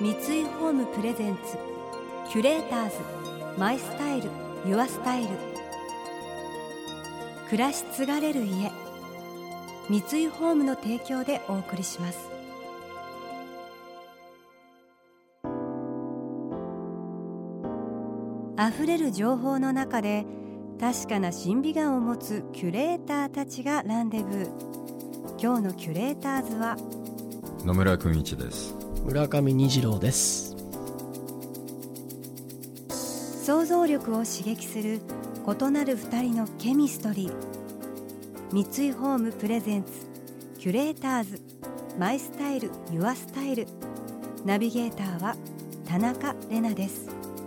三井ホームプレゼンツキュレーターズマイスタイルユアスタイル。暮らし継がれる家、三井ホームの提供でお送りします。あふれる情報の中で確かな審美眼を持つキュレーターたちがランデブー。今日のキュレーターズは野村君一です。 村上虹郎です。 想像力を刺激する異なる二人のケミストリー。三井ホームプレゼンツキュレーターズマイスタイルユアスタイル。ナビゲーターは田中れなです。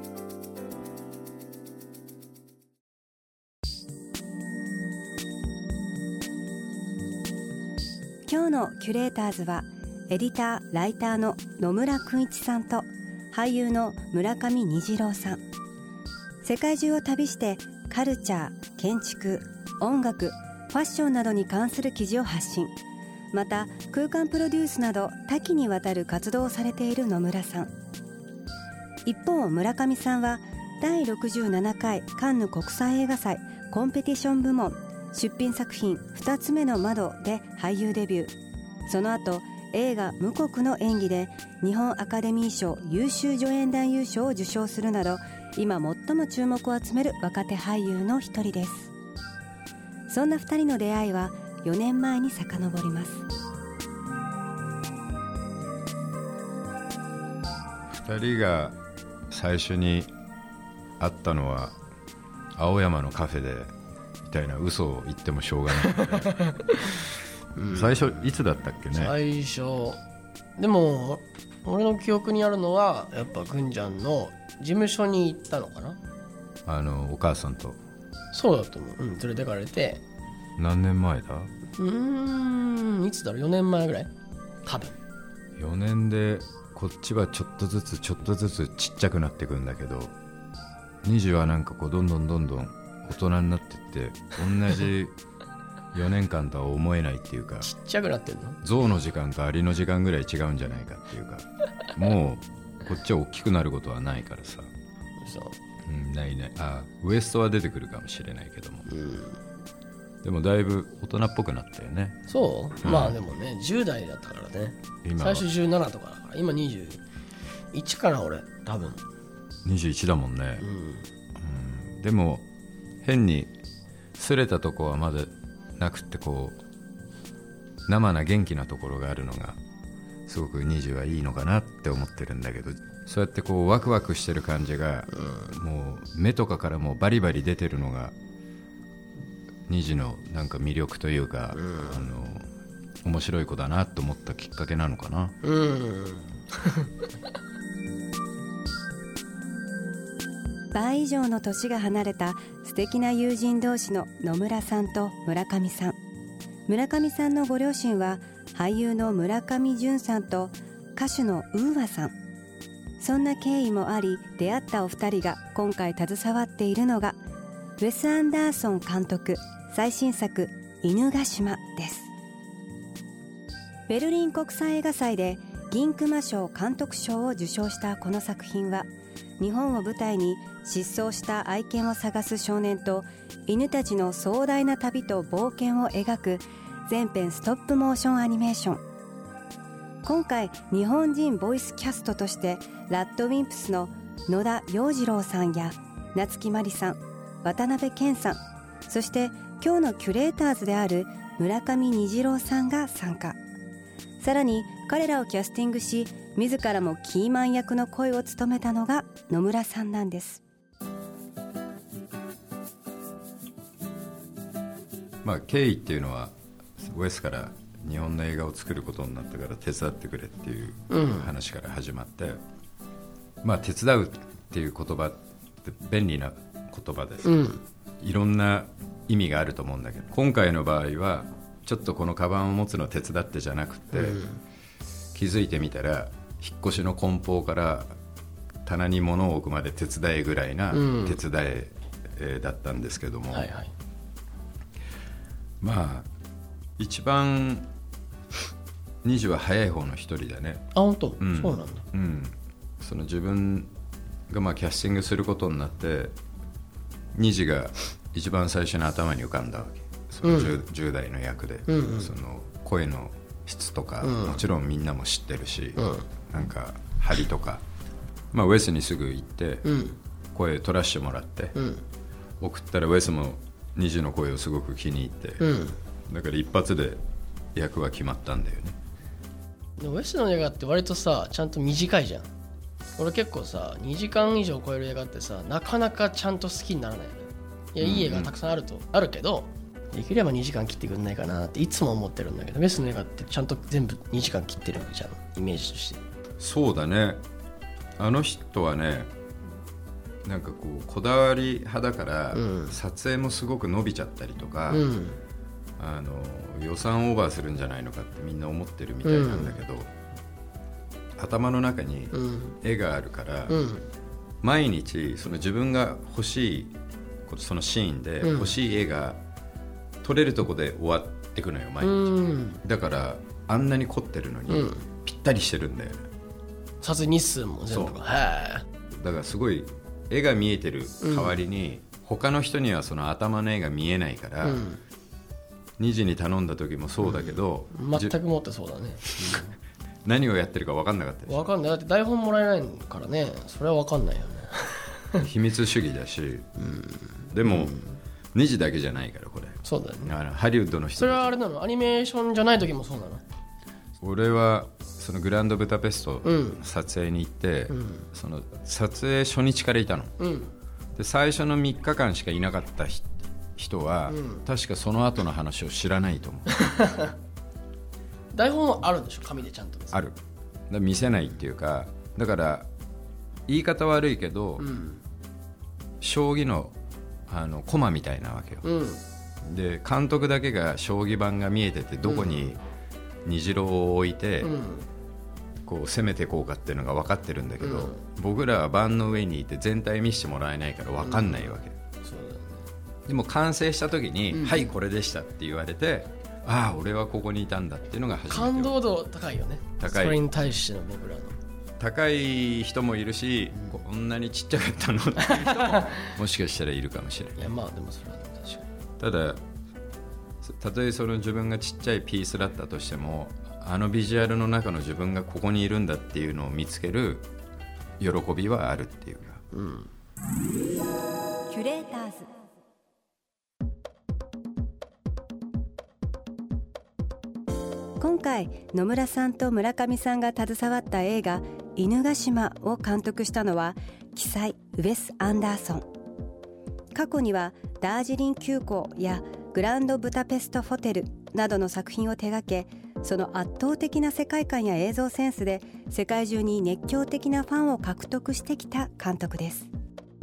今日のキュレーターズはエディター・ライターの野村君一さんと俳優の村上虹郎さん。世界中を旅してカルチャー、建築、音楽、ファッションなどに関する記事を発信。また空間プロデュースなど多岐にわたる活動をされている野村さん。一方村上さんは第67回カンヌ国際映画祭コンペティション部門出品作品2つ目の窓で俳優デビュー。その後映画無国の演技で日本アカデミー賞優秀助演男優賞を受賞するなど今最も注目を集める若手俳優の一人です。そんな2人の出会いは4年前に遡ります。 2人が最初に会ったのは青山のカフェでみたいな嘘を言ってもしょうがない最初いつだったっけね。 最初でも俺の記憶にあるのはやっぱぐんちゃんの事務所に行ったのかな。 お母さんと。 そうだと思う、連れてかれて。 何年前だ。 いつだろう、4年前ぐらい多分。 4年でこっちはちょっとずつちっちゃくなっていくんだけど、20はなんかこうどんどん大人になってって同じ4年間とは思えないっていうかちっちゃくなってんの。 象の時間とアリの時間ぐらい違うんじゃないかっていうかもうこっちは大きくなることはないからさ。 そう、 ないね。ウエストは出てくるかもしれないけども、でもだいぶ大人っぽくなったよね。 そう、まあでもね10代だったからね。最初17とかだから今21かな俺多分。 21だもんね。でも変にすれたとこはまだなくってこう生な元気なところがあるのがすごく20はいいのかなって思ってるんだけど、そうやってこうワクワクしてる感じが、もう目とかからもうバリバリ出てるのが20のなんか魅力というか、面白い子だなと思ったきっかけなのかな。 倍以上の年が離れた素敵な友人同士の野村さんと村上さん。村上さんのご両親は俳優の村上淳さんと歌手のUAさん。そんな経緯もあり出会ったお二人が今回携わっているのがウェス・アンダーソン監督最新作犬ヶ島です。ベルリン国際映画祭で銀熊賞監督賞を受賞したこの作品は日本を舞台に失踪した愛犬を探す少年と犬たちの壮大な旅と冒険を描く全編ストップモーションアニメーション。今回日本人ボイスキャストとしてラッドウィンプスの野田洋次郎さんや夏木マリさん、渡辺謙さん、そして今日のキュレーターズである村上虹郎さんが参加。さらに彼らをキャスティングし自らもキーマン役の声を務めたのが野村さんなんです。 経緯っていうのはウエスから日本の映画を作ることになったから手伝ってくれっていう話から始まって、手伝うっていう言葉って便利な言葉です、いろんな意味があると思うんだけど、今回の場合はちょっとこのカバンを持つの手伝ってじゃなくて、気づいてみたら引っ越しの梱包から棚に物を置くまで手伝いぐらいな手伝い、だったんですけども、一番20は早い方の一人だね。 本当、そうなんだ。 その自分がまあキャスティングすることになって虹が一番最初に頭に浮かんだわけ。その 10代の役で、その声の質とか、もちろんみんなも知ってるし、なんか張りとか、まあ、ウェスにすぐ行って、声取らせてもらって、送ったらウェスも虹の声をすごく気に入って、だから一発で役は決まったんだよね。 でもウェスの映画って割とさちゃんと短いじゃん。俺結構さ2時間以上超える映画ってさなかなかちゃんと好きにならないよね。いやいい映画たくさんあるけど、できれば2時間切ってくんないかなっていつも思ってるんだけど、ウェスの映画ってちゃんと全部2時間切ってるじゃん、イメージとして。 そうだね。あの人はね、なんかこうこだわり派だから、撮影もすごく伸びちゃったりとか、予算オーバーするんじゃないのかってみんな思ってるみたいなんだけど、頭の中に絵があるから、毎日その自分が欲しいそのシーンで欲しい絵が撮れるとこで終わってくのよ毎日。だからあんなに凝ってるのにぴったりしてるんだよね。 撮影日数も全部が。 だからすごい絵が見えてる代わりに、他の人にはその頭の絵が見えないから、2時に頼んだ時もそうだけど、 全くもってそうだね。 何をやってるか分かんなかったでしょ。 分かんない。だって台本もらえないからね、それは分かんないよね。 秘密主義だし、でも、2時だけじゃないからこれ。 そうだよね。 ハリウッドの人。 それはあれなの？アニメーションじゃない時もそうなの？ 俺はそのグランドブダペスト撮影に行って、その撮影初日からいたの、で最初の3日間しかいなかった人は、確かその後の話を知らないと思う。 台本はあるんでしょ、紙でちゃんと。 ある。だ見せないっていうか、だから言い方悪いけど、将棋の駒みたいなわけよ、で監督だけが将棋盤が見えてて、どこに虹色を置いて、こう攻めていこうかっていうのが分かってるんだけど、僕らは盤の上にいて全体見せてもらえないから分かんないわけ、 そうだよね。 でも完成した時に、はいこれでしたって言われて、ああ俺はここにいたんだっていうのが初めて。 感動度高いよね。 高い。 それに対しての僕らの高い人もいるし、こんなにちっちゃかったのっていう人ももしかしたらいるかもしれない。 いやまあでもそれは確かに。 ただたとえその自分がちっちゃいピースだったとしても、あのビジュアルの中の自分がここにいるんだっていうのを見つける喜びはあるっていうか、 キュレーターズ。今回野村さんと村上さんが携わった映画犬ヶ島を監督したのは鬼才ウェス・アンダーソン。過去にはダージリン急行やグランドブダペストホテルなどの作品を手掛け、その圧倒的な世界観や映像センスで世界中に熱狂的なファンを獲得してきた監督です。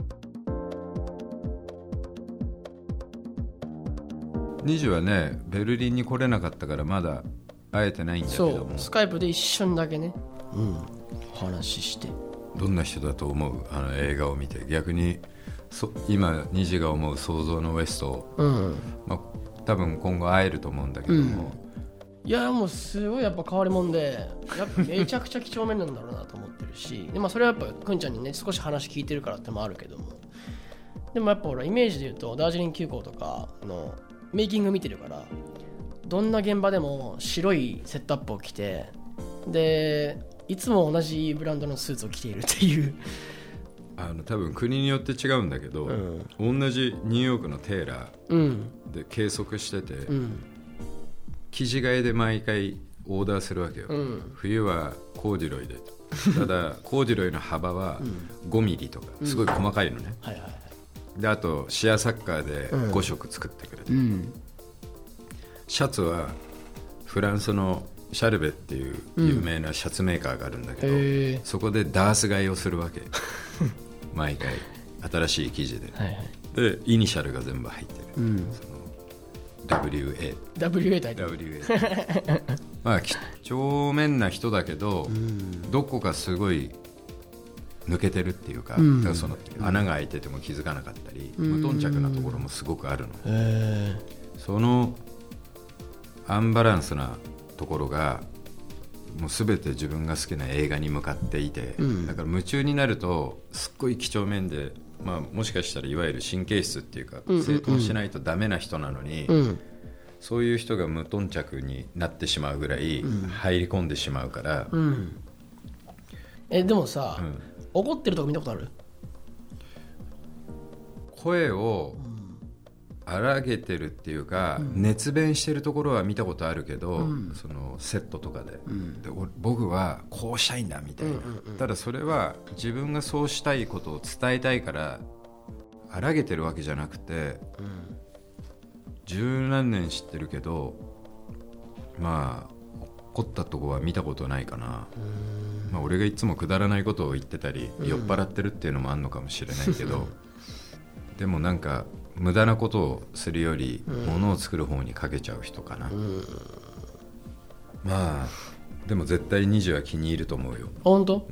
虹はねベルリンに来れなかったからまだ会えてないんだけども、 そうスカイプで一瞬だけね、お話しして、 どんな人だと思う？あの映画を見て逆に今虹が思う想像のウエスト、まあ、多分今後会えると思うんだけども、 いやもうすごいやっぱ変わり者で、やっぱめちゃくちゃ几帳面なんだろうなと思ってるしで、まあ、それはやっぱくんちゃんにね少し話聞いてるからってのもあるけども、でもやっぱ俺イメージで言うとダージリン急行とかのメイキング見てるから、どんな現場でも白いセットアップを着て、でいつも同じブランドのスーツを着ているっていう多分国によって違うんだけど、同じニューヨークのテーラーで計測してて、生地替えで毎回オーダーするわけよ、冬はコーデュロイでただコーデュロイの幅は5ミリとかすごい細かいのね、であとシアサッカーで5色作ってくれて、シャツはフランスのシャルベっていう有名なシャツメーカーがあるんだけど、そこでダース買いをするわけ毎回新しい生地で、でイニシャルが全部入ってる、その WA タイトル WA まあ几帳面な人だけど、どこかすごい抜けてるっていうか、だからその穴が開いてても気づかなかったり、無頓着なところもすごくあるの、そのアンバランスなところがもう全て自分が好きな映画に向かっていて、だから夢中になるとすっごい几帳面で、もしかしたらいわゆる神経質っていうか、整頓しないとダメな人なのに、そういう人が無頓着になってしまうぐらい入り込んでしまうから、 でもさ、怒ってるとこ見たことある？ 声を荒げてるっていうか、熱弁してるところは見たことあるけど、そのセットとかで、僕はこうしたいんだみたいな、ただそれは自分がそうしたいことを伝えたいから荒げてるわけじゃなくて、十何年知ってるけど怒ったとこは見たことないかな。俺がいつもくだらないことを言ってたり、酔っ払ってるっていうのもあるのかもしれないけどでもなんか無駄なことをするより物を作る方にかけちゃう人かな。でも絶対20は気に入ると思うよ。 本当？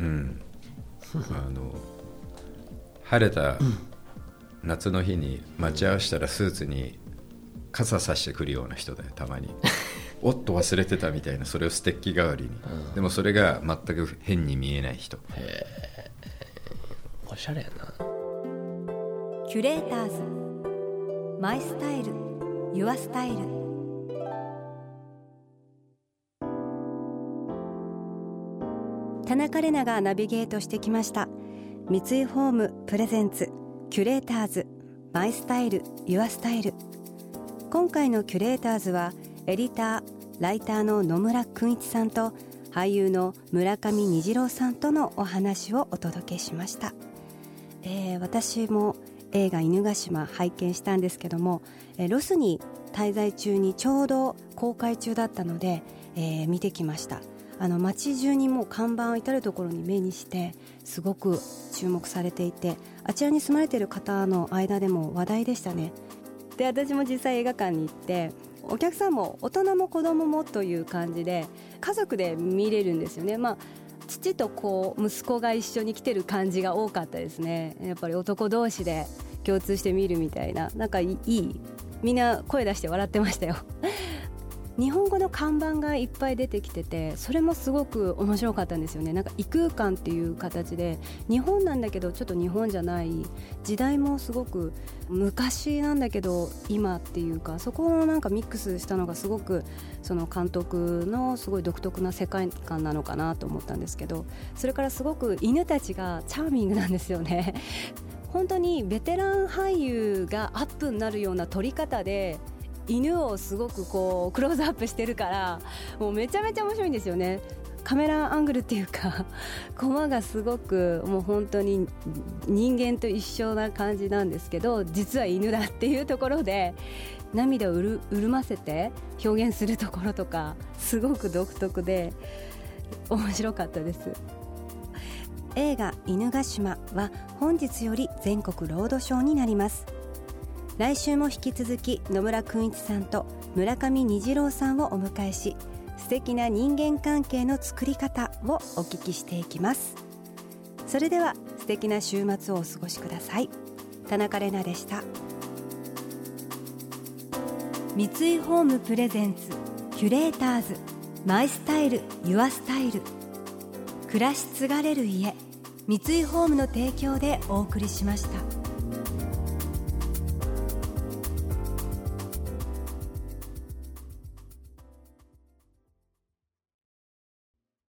晴れた夏の日に待ち合わせたらスーツに傘さしてくるような人だよ、たまにおっと忘れてたみたいな、それをステッキ代わりに、でもそれが全く変に見えない人。 おしゃれやな。 キュレーターズマイスタイルユアスタイル。田中玲奈がナビゲートしてきました。三井ホームプレゼンツキュレーターズマイスタイルユアスタイル。今回のキュレーターズはエディターライターの野村君一さんと俳優の村上虹郎さんとのお話をお届けしました。私も映画犬ヶ島拝見したんですけども、ロスに滞在中にちょうど公開中だったので、見てきました。街中にもう看板を至るところに目にしてすごく注目されていて、あちらに住まれている方の間でも話題でしたね。で、私も実際映画館に行ってお客さんも大人も子供もという感じで家族で見れるんですよね。父と息子が一緒に来てる感じが多かったですね。やっぱり男同士で共通して見るみたいな、なんかいい、みんな声出して笑ってましたよ日本語の看板がいっぱい出てきてて、それもすごく面白かったんですよね。なんか異空間っていう形で日本なんだけどちょっと日本じゃない、時代もすごく昔なんだけど今っていうか、そこをなんかミックスしたのがすごくその監督のすごい独特な世界観なのかなと思ったんですけど、それからすごく犬たちがチャーミングなんですよね本当にベテラン俳優がアップになるような撮り方で犬をすごくクローズアップしてるから、もうめちゃめちゃ面白いんですよね。カメラアングルっていうかコマがすごくもう本当に人間と一緒な感じなんですけど、実は犬だっていうところで涙を潤ませて表現するところとかすごく独特で面白かったです。映画犬ヶ島は本日より全国ロードショーになります。来週も引き続き野村君一さんと村上虹郎さんをお迎えし、素敵な人間関係の作り方をお聞きしていきます。それでは素敵な週末をお過ごしください。田中玲奈でした。三井ホームプレゼンツキュレーターズマイスタイルユアスタイル。暮らし継がれる家、三井ホームの提供でお送りしました。